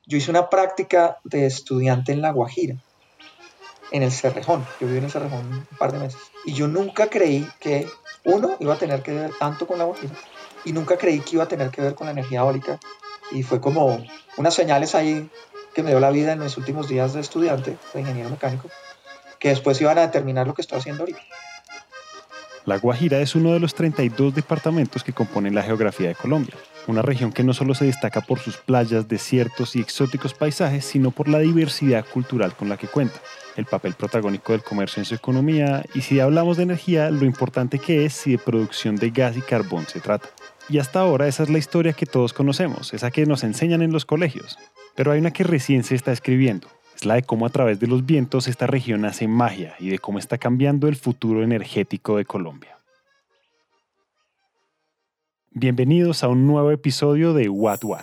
Yo hice una práctica de estudiante en La Guajira, en el Cerrejón. Yo viví en el Cerrejón un par de meses. Y yo nunca creí que, uno, iba a tener que ver tanto con La Guajira, y nunca creí que iba a tener que ver con la energía eólica. Y fue como unas señales ahí que me dio la vida en mis últimos días de estudiante, de ingeniero mecánico, que después iban a determinar lo que estoy haciendo ahorita. La Guajira es uno de los 32 departamentos que componen la geografía de Colombia, una región que no solo se destaca por sus playas, desiertos y exóticos paisajes, sino por la diversidad cultural con la que cuenta, el papel protagónico del comercio en su economía y, si hablamos de energía, lo importante que es si de producción de gas y carbón se trata. Y hasta ahora esa es la historia que todos conocemos, esa que nos enseñan en los colegios. Pero hay una que recién se está escribiendo. Es la de cómo a través de los vientos esta región hace magia y de cómo está cambiando el futuro energético de Colombia. Bienvenidos a un nuevo episodio de What What.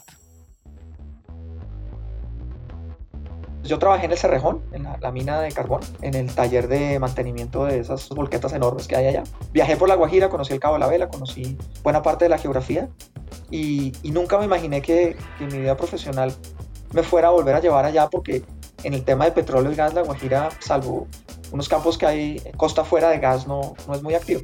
Yo trabajé en el Cerrejón, en la mina de carbón, en el taller de mantenimiento de esas volquetas enormes que hay allá. Viajé por La Guajira, conocí el Cabo de la Vela, conocí buena parte de la geografía y nunca me imaginé que mi vida profesional me fuera a volver a llevar allá, porque en el tema de petróleo y gas, La Guajira, salvo unos campos que hay costa afuera de gas, no es muy activo.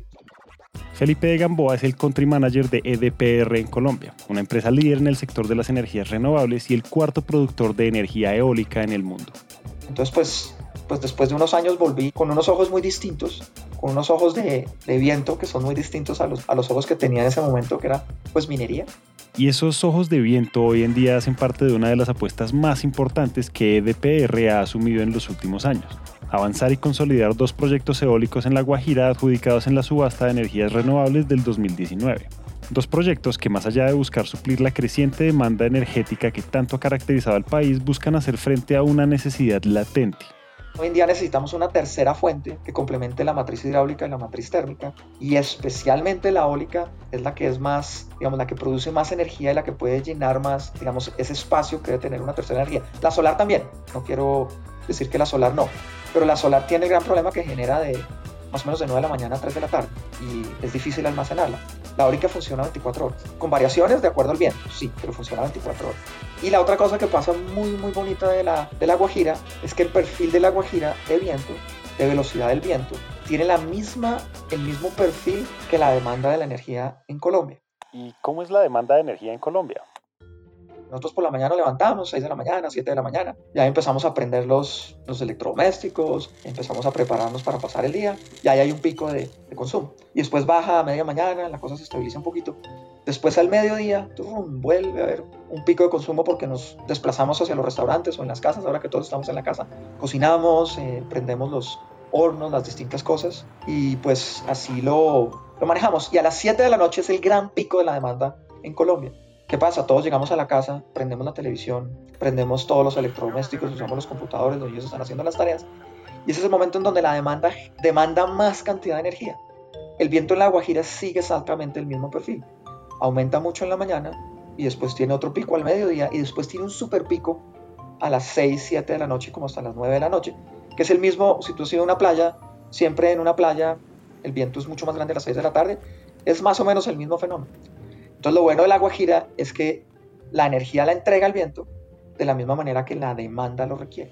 Felipe de Gamboa es el Country Manager de EDPR en Colombia, una empresa líder en el sector de las energías renovables y el cuarto productor de energía eólica en el mundo. Entonces, pues después de unos años volví con unos ojos muy distintos, con unos ojos de viento que son muy distintos a los ojos que tenía en ese momento, que era pues minería. Y esos ojos de viento hoy en día hacen parte de una de las apuestas más importantes que EDPR ha asumido en los últimos años: avanzar y consolidar 2 proyectos eólicos en La Guajira adjudicados en la subasta de energías renovables del 2019. 2 proyectos que, más allá de buscar suplir la creciente demanda energética que tanto ha caracterizado al país, buscan hacer frente a una necesidad latente. Hoy en día necesitamos una tercera fuente que complemente la matriz hidráulica y la matriz térmica, y especialmente la eólica es la que es más, digamos, la que produce más energía y la que puede llenar más, digamos, ese espacio que debe tener una tercera energía. La solar también, no quiero decir que la solar no, pero la solar tiene el gran problema que genera de más o menos de 9 de la mañana a 3 de la tarde y es difícil almacenarla. La eólica funciona 24 horas, con variaciones de acuerdo al viento, sí, pero funciona 24 horas. Y la otra cosa que pasa muy bonita de la Guajira es que el perfil de la Guajira de viento, de velocidad del viento, tiene el mismo perfil que la demanda de la energía en Colombia. ¿Y cómo es la demanda de energía en Colombia? Nosotros por la mañana levantamos, 6 de la mañana, 7 de la mañana, ya empezamos a prender los electrodomésticos, empezamos a prepararnos para pasar el día, y ahí hay un pico de consumo. Y después baja a media mañana, la cosa se estabiliza un poquito. Después al mediodía, vuelve a haber un pico de consumo porque nos desplazamos hacia los restaurantes o en las casas, ahora que todos estamos en la casa. Cocinamos, prendemos los hornos, las distintas cosas, y pues así lo manejamos. Y a las 7 de la noche es el gran pico de la demanda en Colombia. ¿Qué pasa? Todos llegamos a la casa, prendemos la televisión, prendemos todos los electrodomésticos, usamos los computadores, los niños están haciendo las tareas. Y ese es el momento en donde la demanda más cantidad de energía. El viento en La Guajira sigue exactamente el mismo perfil. Aumenta mucho en la mañana y después tiene otro pico al mediodía y después tiene un super pico a las 6, 7 de la noche como hasta las 9 de la noche. Que es el mismo, si tú has ido a una playa, siempre en una playa el viento es mucho más grande a las 6 de la tarde. Es más o menos el mismo fenómeno. Entonces lo bueno de La Guajira es que la energía la entrega el viento de la misma manera que la demanda lo requiere.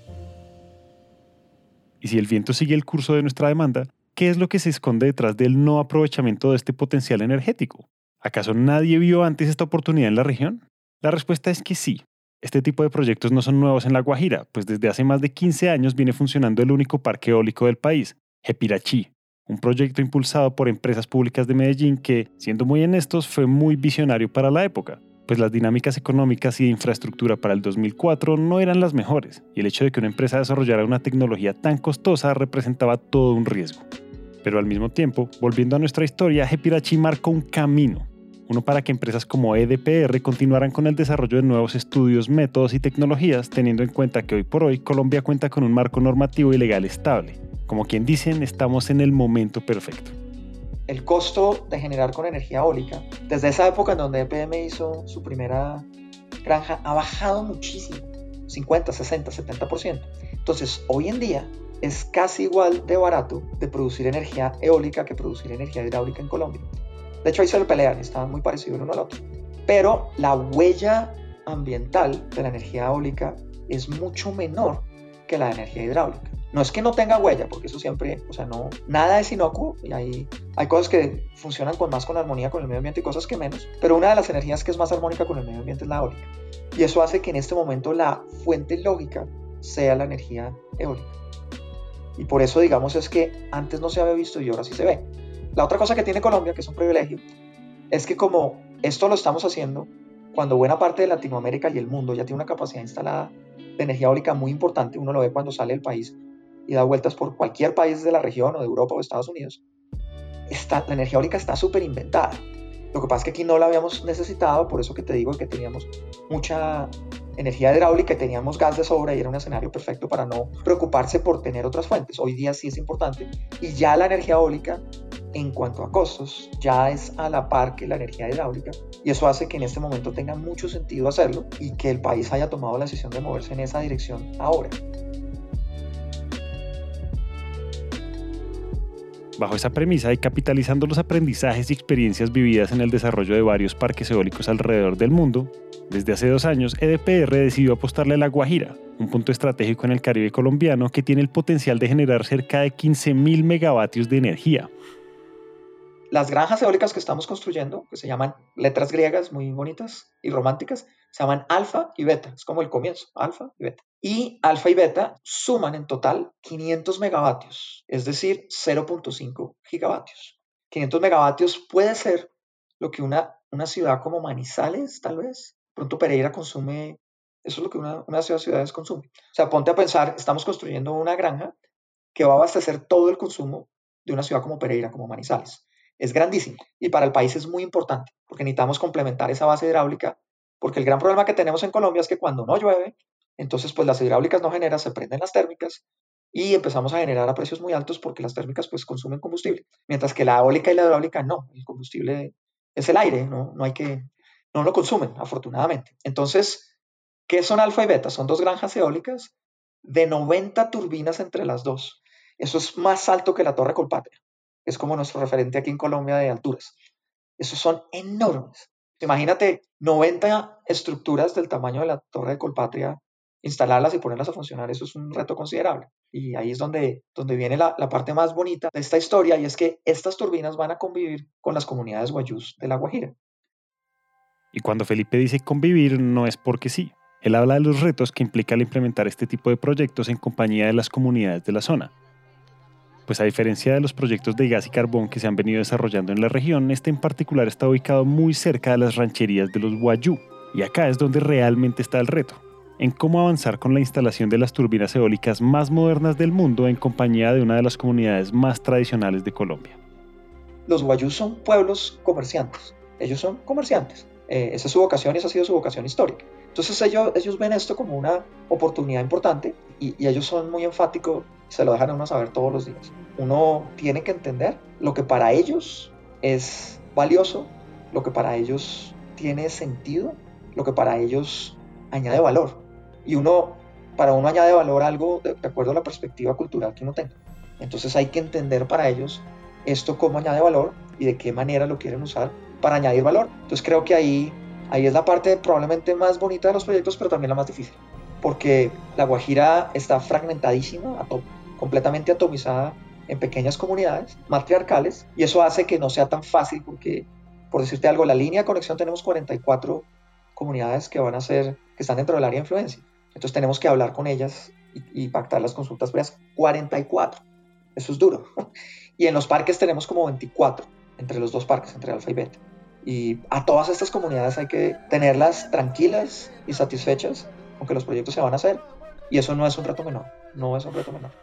Y si el viento sigue el curso de nuestra demanda, ¿qué es lo que se esconde detrás del no aprovechamiento de este potencial energético? ¿Acaso nadie vio antes esta oportunidad en la región? La respuesta es que sí. Este tipo de proyectos no son nuevos en La Guajira, pues desde hace más de 15 años viene funcionando el único parque eólico del país, Jepirachí, un proyecto impulsado por empresas públicas de Medellín que, siendo muy honestos, fue muy visionario para la época, pues las dinámicas económicas y de infraestructura para el 2004 no eran las mejores, y el hecho de que una empresa desarrollara una tecnología tan costosa representaba todo un riesgo. Pero al mismo tiempo, volviendo a nuestra historia, Jepirachí marcó un camino, uno para que empresas como EDPR continuaran con el desarrollo de nuevos estudios, métodos y tecnologías, teniendo en cuenta que hoy por hoy Colombia cuenta con un marco normativo y legal estable. Como quien dicen, estamos en el momento perfecto. El costo de generar con energía eólica, desde esa época en donde EPM hizo su primera granja, ha bajado muchísimo, 50, 60, 70%. Entonces, hoy en día es casi igual de barato de producir energía eólica que producir energía hidráulica en Colombia. De hecho, ahí se lo pelean, están muy parecidos el uno al otro. Pero la huella ambiental de la energía eólica es mucho menor que la de energía hidráulica. No es que no tenga huella, porque eso siempre, o sea, no, nada es inocuo y hay cosas que funcionan más con armonía con el medio ambiente y cosas que menos, pero una de las energías que es más armónica con el medio ambiente es la eólica. Y eso hace que en este momento la fuente lógica sea la energía eólica. Y por eso, digamos, es que antes no se había visto y ahora sí se ve. La otra cosa que tiene Colombia, que es un privilegio, es que como esto lo estamos haciendo cuando buena parte de Latinoamérica y el mundo ya tiene una capacidad instalada de energía eólica muy importante, uno lo ve cuando sale del país y da vueltas por cualquier país de la región o de Europa o de Estados Unidos, la energía eólica está súper inventada. Lo que pasa es que aquí no la habíamos necesitado, por eso que te digo que teníamos mucha energía hidráulica y teníamos gas de sobra y era un escenario perfecto para no preocuparse por tener otras fuentes. Hoy día sí es importante y ya la energía eólica en cuanto a costos ya es a la par que la energía hidráulica y eso hace que en este momento tenga mucho sentido hacerlo y que el país haya tomado la decisión de moverse en esa dirección ahora. Bajo esa premisa y capitalizando los aprendizajes y experiencias vividas en el desarrollo de varios parques eólicos alrededor del mundo, desde hace 2 años EDPR decidió apostarle a La Guajira, un punto estratégico en el Caribe colombiano que tiene el potencial de generar cerca de 15.000 megavatios de energía. Las granjas eólicas que estamos construyendo, que se llaman letras griegas muy bonitas y románticas, se llaman alfa y beta, es como el comienzo, alfa y beta. Y alfa y beta suman en total 500 megavatios, es decir, 0.5 gigavatios. 500 megavatios puede ser lo que una ciudad como Manizales, tal vez, pronto Pereira consume, eso es lo que una de las ciudades consume. O sea, ponte a pensar, estamos construyendo una granja que va a abastecer todo el consumo de una ciudad como Pereira, como Manizales. Es grandísimo y para el país es muy importante porque necesitamos complementar esa base hidráulica porque el gran problema que tenemos en Colombia es que cuando no llueve, entonces pues las hidráulicas no generan, se prenden las térmicas y empezamos a generar a precios muy altos porque las térmicas pues consumen combustible, mientras que la eólica y la hidráulica no, el combustible es el aire, no lo consumen afortunadamente. Entonces, ¿qué son alfa y beta? Son 2 granjas eólicas de 90 turbinas entre las dos. Eso es más alto que la Torre Colpatria. Es como nuestro referente aquí en Colombia de alturas. Esos son enormes. Imagínate 90 estructuras del tamaño de la Torre de Colpatria, instalarlas y ponerlas a funcionar. Eso es un reto considerable. Y ahí es donde viene la parte más bonita de esta historia y es que estas turbinas van a convivir con las comunidades guayús de La Guajira. Y cuando Felipe dice convivir, no es porque sí. Él habla de los retos que implica el implementar este tipo de proyectos en compañía de las comunidades de la zona. Pues a diferencia de los proyectos de gas y carbón que se han venido desarrollando en la región, este en particular está ubicado muy cerca de las rancherías de los Wayuu. Y acá es donde realmente está el reto, en cómo avanzar con la instalación de las turbinas eólicas más modernas del mundo en compañía de una de las comunidades más tradicionales de Colombia. Los Wayús son pueblos comerciantes. Ellos son comerciantes. Esa es su vocación y esa ha sido su vocación histórica. Entonces ellos ven esto como una oportunidad importante y ellos son muy enfáticos, se lo dejan a uno saber todos los días. Uno tiene que entender lo que para ellos es valioso, lo que para ellos tiene sentido, lo que para ellos añade valor. Y para uno añade valor algo de acuerdo a la perspectiva cultural que uno tenga. Entonces hay que entender para ellos esto cómo añade valor y de qué manera lo quieren usar para añadir valor. Entonces creo que ahí es la parte probablemente más bonita de los proyectos, pero también la más difícil, porque La Guajira está fragmentadísima, completamente atomizada en pequeñas comunidades matriarcales, y eso hace que no sea tan fácil, porque, por decirte algo, la línea de conexión tenemos 44 comunidades que están dentro del área de influencia. Entonces tenemos que hablar con ellas y pactar las consultas previas. 44. Eso es duro. Y en los parques tenemos como 24, entre los 2 parques, entre Alfa y Beta. Y a todas estas comunidades hay que tenerlas tranquilas y satisfechas con que los proyectos se van a hacer. Y eso no es un reto menor, no es un reto menor.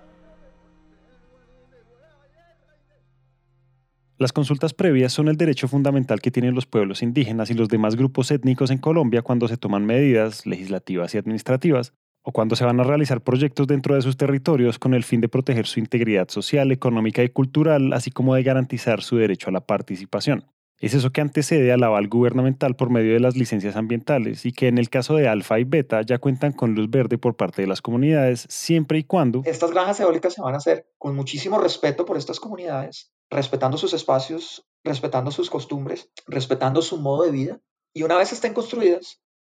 Las consultas previas son el derecho fundamental que tienen los pueblos indígenas y los demás grupos étnicos en Colombia cuando se toman medidas legislativas y administrativas o cuando se van a realizar proyectos dentro de sus territorios con el fin de proteger su integridad social, económica y cultural, así como de garantizar su derecho a la participación. Es eso que antecede al aval gubernamental por medio de las licencias ambientales y que en el caso de Alfa y Beta ya cuentan con luz verde por parte de las comunidades siempre y cuando estas granjas eólicas se van a hacer con muchísimo respeto por estas comunidades, respetando sus espacios, respetando sus costumbres, respetando su modo de vida. Y una vez estén construidas,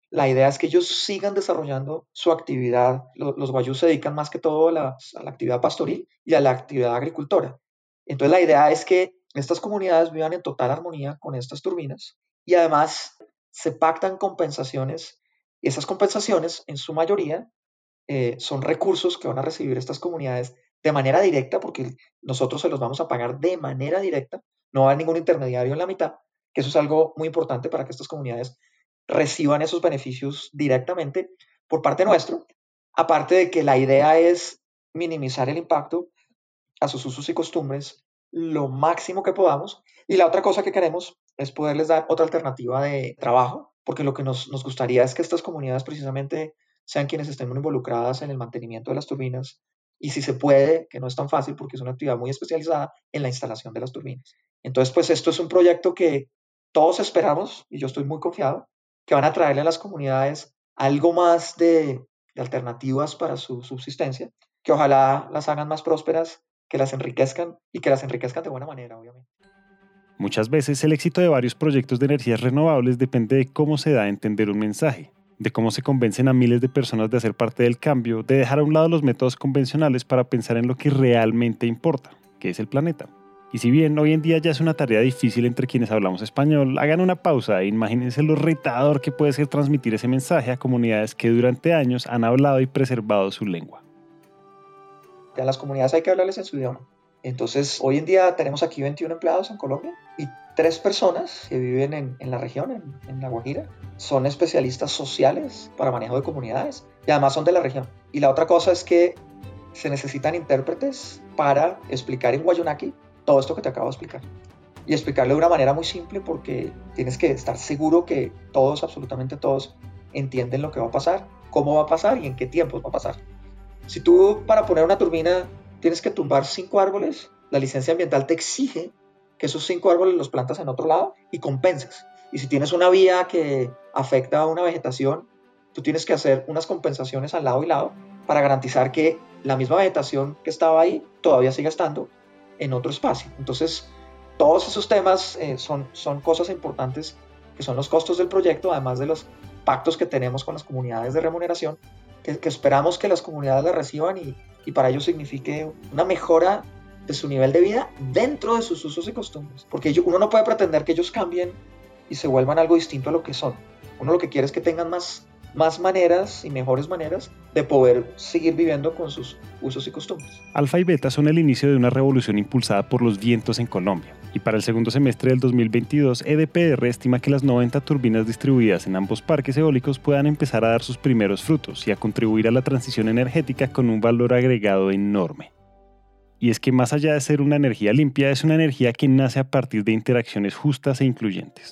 la idea es que ellos sigan desarrollando su actividad. Los guayús se dedican más que todo a la actividad pastoril y a la actividad agricultora. Entonces la idea es que estas comunidades vivan en total armonía con estas turbinas y además se pactan compensaciones y esas compensaciones en su mayoría son recursos que van a recibir estas comunidades de manera directa porque nosotros se los vamos a pagar de manera directa, no va a haber ningún intermediario en la mitad, que eso es algo muy importante para que estas comunidades reciban esos beneficios directamente por parte nuestro, aparte de que la idea es minimizar el impacto a sus usos y costumbres lo máximo que podamos. Y la otra cosa que queremos es poderles dar otra alternativa de trabajo, porque lo que nos gustaría es que estas comunidades precisamente sean quienes estén muy involucradas en el mantenimiento de las turbinas y si se puede, que no es tan fácil porque es una actividad muy especializada en la instalación de las turbinas. Entonces, pues esto es un proyecto que todos esperamos y yo estoy muy confiado que van a traerle a las comunidades algo más de alternativas para su subsistencia, que ojalá las hagan más prósperas, que las enriquezcan y que las enriquezcan de buena manera, obviamente. Muchas veces el éxito de varios proyectos de energías renovables depende de cómo se da a entender un mensaje, de cómo se convencen a miles de personas de hacer parte del cambio, de dejar a un lado los métodos convencionales para pensar en lo que realmente importa, que es el planeta. Y si bien hoy en día ya es una tarea difícil entre quienes hablamos español, hagan una pausa e imagínense lo retador que puede ser transmitir ese mensaje a comunidades que durante años han hablado y preservado su lengua. A las comunidades hay que hablarles en su idioma. Entonces, hoy en día tenemos aquí 21 empleados en Colombia y 3 personas que viven en la región, en La Guajira. Son especialistas sociales para manejo de comunidades y además son de la región. Y la otra cosa es que se necesitan intérpretes para explicar en Guayunaki todo esto que te acabo de explicar. Y explicarlo de una manera muy simple porque tienes que estar seguro que todos, absolutamente todos, entienden lo que va a pasar, cómo va a pasar y en qué tiempos va a pasar. Si tú para poner una turbina tienes que tumbar 5 árboles, la licencia ambiental te exige que esos 5 árboles los plantas en otro lado y compenses. Y si tienes una vía que afecta a una vegetación, tú tienes que hacer unas compensaciones al lado y lado para garantizar que la misma vegetación que estaba ahí todavía siga estando en otro espacio. Entonces, todos esos temas son cosas importantes que son los costos del proyecto, además de los pactos que tenemos con las comunidades de remuneración, que esperamos que las comunidades la reciban y para ellos signifique una mejora de su nivel de vida dentro de sus usos y costumbres. Porque uno no puede pretender que ellos cambien y se vuelvan algo distinto a lo que son. Uno lo que quiere es que tengan más maneras y mejores maneras de poder seguir viviendo con sus usos y costumbres. Alfa y Beta son el inicio de una revolución impulsada por los vientos en Colombia. Y para el segundo semestre del 2022, EDPR estima que las 90 turbinas distribuidas en ambos parques eólicos puedan empezar a dar sus primeros frutos y a contribuir a la transición energética con un valor agregado enorme. Y es que más allá de ser una energía limpia, es una energía que nace a partir de interacciones justas e incluyentes.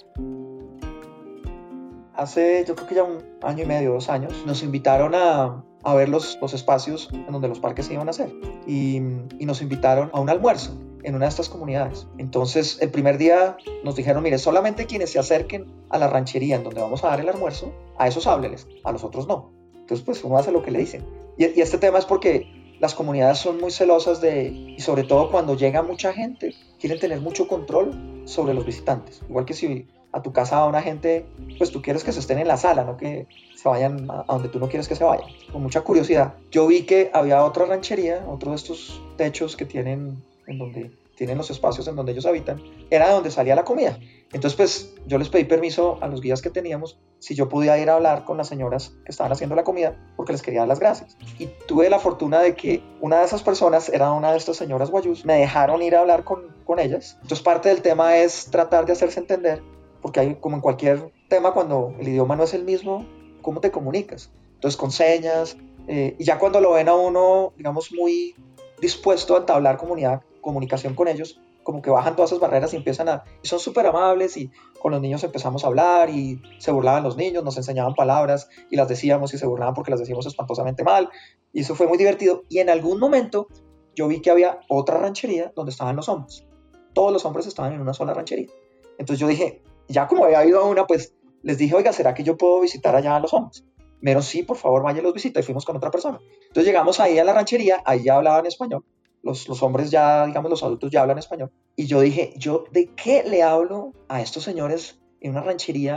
Hace, yo creo que ya 1 año y medio, 2 años, nos invitaron a ver los espacios en donde los parques se iban a hacer y nos invitaron a un almuerzo en una de estas comunidades. Entonces, el primer día nos dijeron, mire, solamente quienes se acerquen a la ranchería en donde vamos a dar el almuerzo, a esos hábleles, a los otros no. Entonces, pues uno hace lo que le dicen. Y este tema es porque las comunidades son muy celosas y sobre todo cuando llega mucha gente, quieren tener mucho control sobre los visitantes. Igual que si a tu casa va una gente, pues tú quieres que se estén en la sala, no que se vayan a donde tú no quieres que se vayan. Con mucha curiosidad, yo vi que había otra ranchería, otro de estos techos que tienen en donde tienen los espacios en donde ellos habitan, era de donde salía la comida. Entonces, pues yo les pedí permiso a los guías que teníamos si yo podía ir a hablar con las señoras que estaban haciendo la comida porque les quería dar las gracias. Y tuve la fortuna de que una de esas personas era una de estas señoras guayús. Me dejaron ir a hablar con ellas. Entonces, parte del tema es tratar de hacerse entender, porque hay, como en cualquier tema, cuando el idioma no es el mismo, ¿cómo te comunicas? Entonces, con señas. Y ya cuando lo ven a uno, digamos, muy dispuesto a entablar comunicación con ellos, como que bajan todas esas barreras y y son súper amables y con los niños empezamos a hablar y se burlaban los niños, nos enseñaban palabras y las decíamos y se burlaban porque las decíamos espantosamente mal y eso fue muy divertido. Y en algún momento yo vi que había otra ranchería donde estaban los hombres. Todos los hombres estaban en una sola ranchería. Entonces yo dije, ya como había ido a una, pues les dije, oiga, ¿será que yo puedo visitar allá a los hombres? Menos sí, por favor, vaya y los visita. Y fuimos con otra persona. Entonces llegamos ahí a la ranchería, ahí ya hablaban español. Los hombres ya, digamos, los adultos ya hablan español. Y yo dije, ¿yo de qué le hablo a estos señores en una ranchería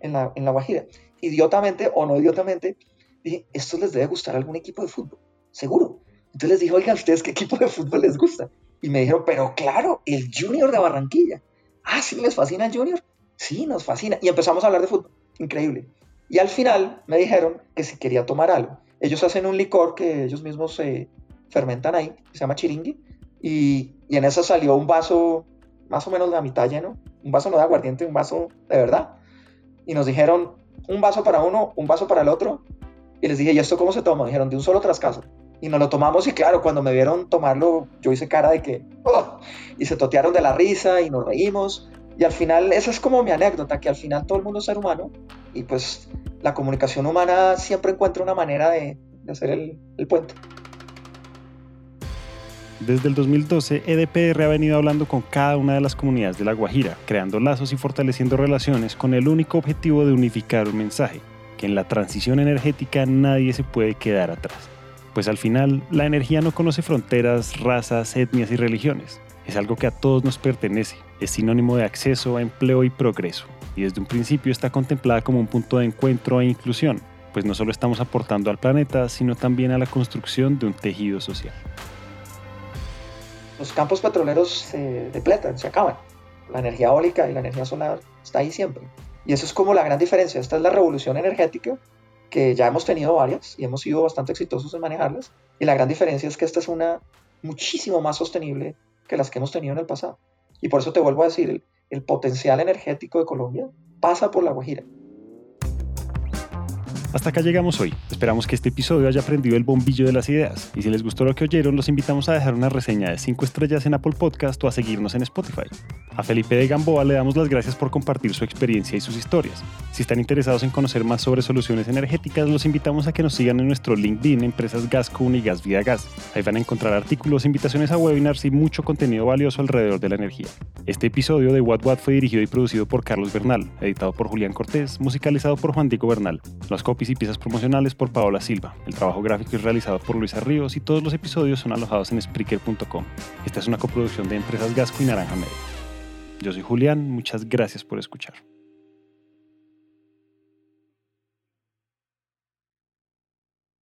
en la Guajira. Idiotamente o no idiotamente, dije, esto les debe gustar a algún equipo de fútbol, seguro. Entonces les dije, oigan, ¿ustedes qué equipo de fútbol les gusta? Y me dijeron, pero claro, el Junior de Barranquilla. Ah, ¿sí les fascina el Junior? Sí, nos fascina. Y empezamos a hablar de fútbol, increíble. Y al final me dijeron que si quería tomar algo. Ellos hacen un licor que ellos mismos fermentan ahí, que se llama chiringui, y en eso salió un vaso más o menos de la mitad lleno, un vaso no de aguardiente, un vaso de verdad. Y nos dijeron, un vaso para uno, un vaso para el otro. Y les dije, ¿y esto cómo se toma? Me dijeron, de un solo trascaso. Y nos lo tomamos y claro, cuando me vieron tomarlo, yo hice cara de que, ¡oh! Y se totearon de la risa y nos reímos. Y al final, esa es como mi anécdota, que al final todo el mundo es ser humano y pues la comunicación humana siempre encuentra una manera de hacer el puente. Desde el 2012, EDPR ha venido hablando con cada una de las comunidades de La Guajira, creando lazos y fortaleciendo relaciones con el único objetivo de unificar un mensaje, que en la transición energética nadie se puede quedar atrás. Pues al final, la energía no conoce fronteras, razas, etnias y religiones. Es algo que a todos nos pertenece, es sinónimo de acceso a empleo y progreso, y desde un principio está contemplada como un punto de encuentro e inclusión, pues no solo estamos aportando al planeta, sino también a la construcción de un tejido social. Los campos petroleros se depletan, se acaban. La energía eólica y la energía solar está ahí siempre. Y eso es como la gran diferencia. Esta es la revolución energética, que ya hemos tenido varias y hemos sido bastante exitosos en manejarlas. Y la gran diferencia es que esta es una muchísimo más sostenible que las que hemos tenido en el pasado. Y por eso te vuelvo a decir, el potencial energético de Colombia pasa por La Guajira. Hasta acá llegamos hoy. Esperamos que este episodio haya prendido el bombillo de las ideas. Y si les gustó lo que oyeron, los invitamos a dejar una reseña de 5 estrellas en Apple Podcast o a seguirnos en Spotify. A Felipe de Gamboa le damos las gracias por compartir su experiencia y sus historias. Si están interesados en conocer más sobre soluciones energéticas, los invitamos a que nos sigan en nuestro LinkedIn Empresas Gasco Unigas Vida Gas. Ahí van a encontrar artículos, invitaciones a webinars y mucho contenido valioso alrededor de la energía. Este episodio de What fue dirigido y producido por Carlos Bernal, editado por Julián Cortés, musicalizado por Juan Diego Bernal. Los copies y piezas promocionales por Paola Silva. El trabajo gráfico es realizado por Luisa Ríos y todos los episodios son alojados en Spreaker.com. Esta es una coproducción de Empresas Gasco y Naranja Media. Yo soy Julián, muchas gracias por escuchar.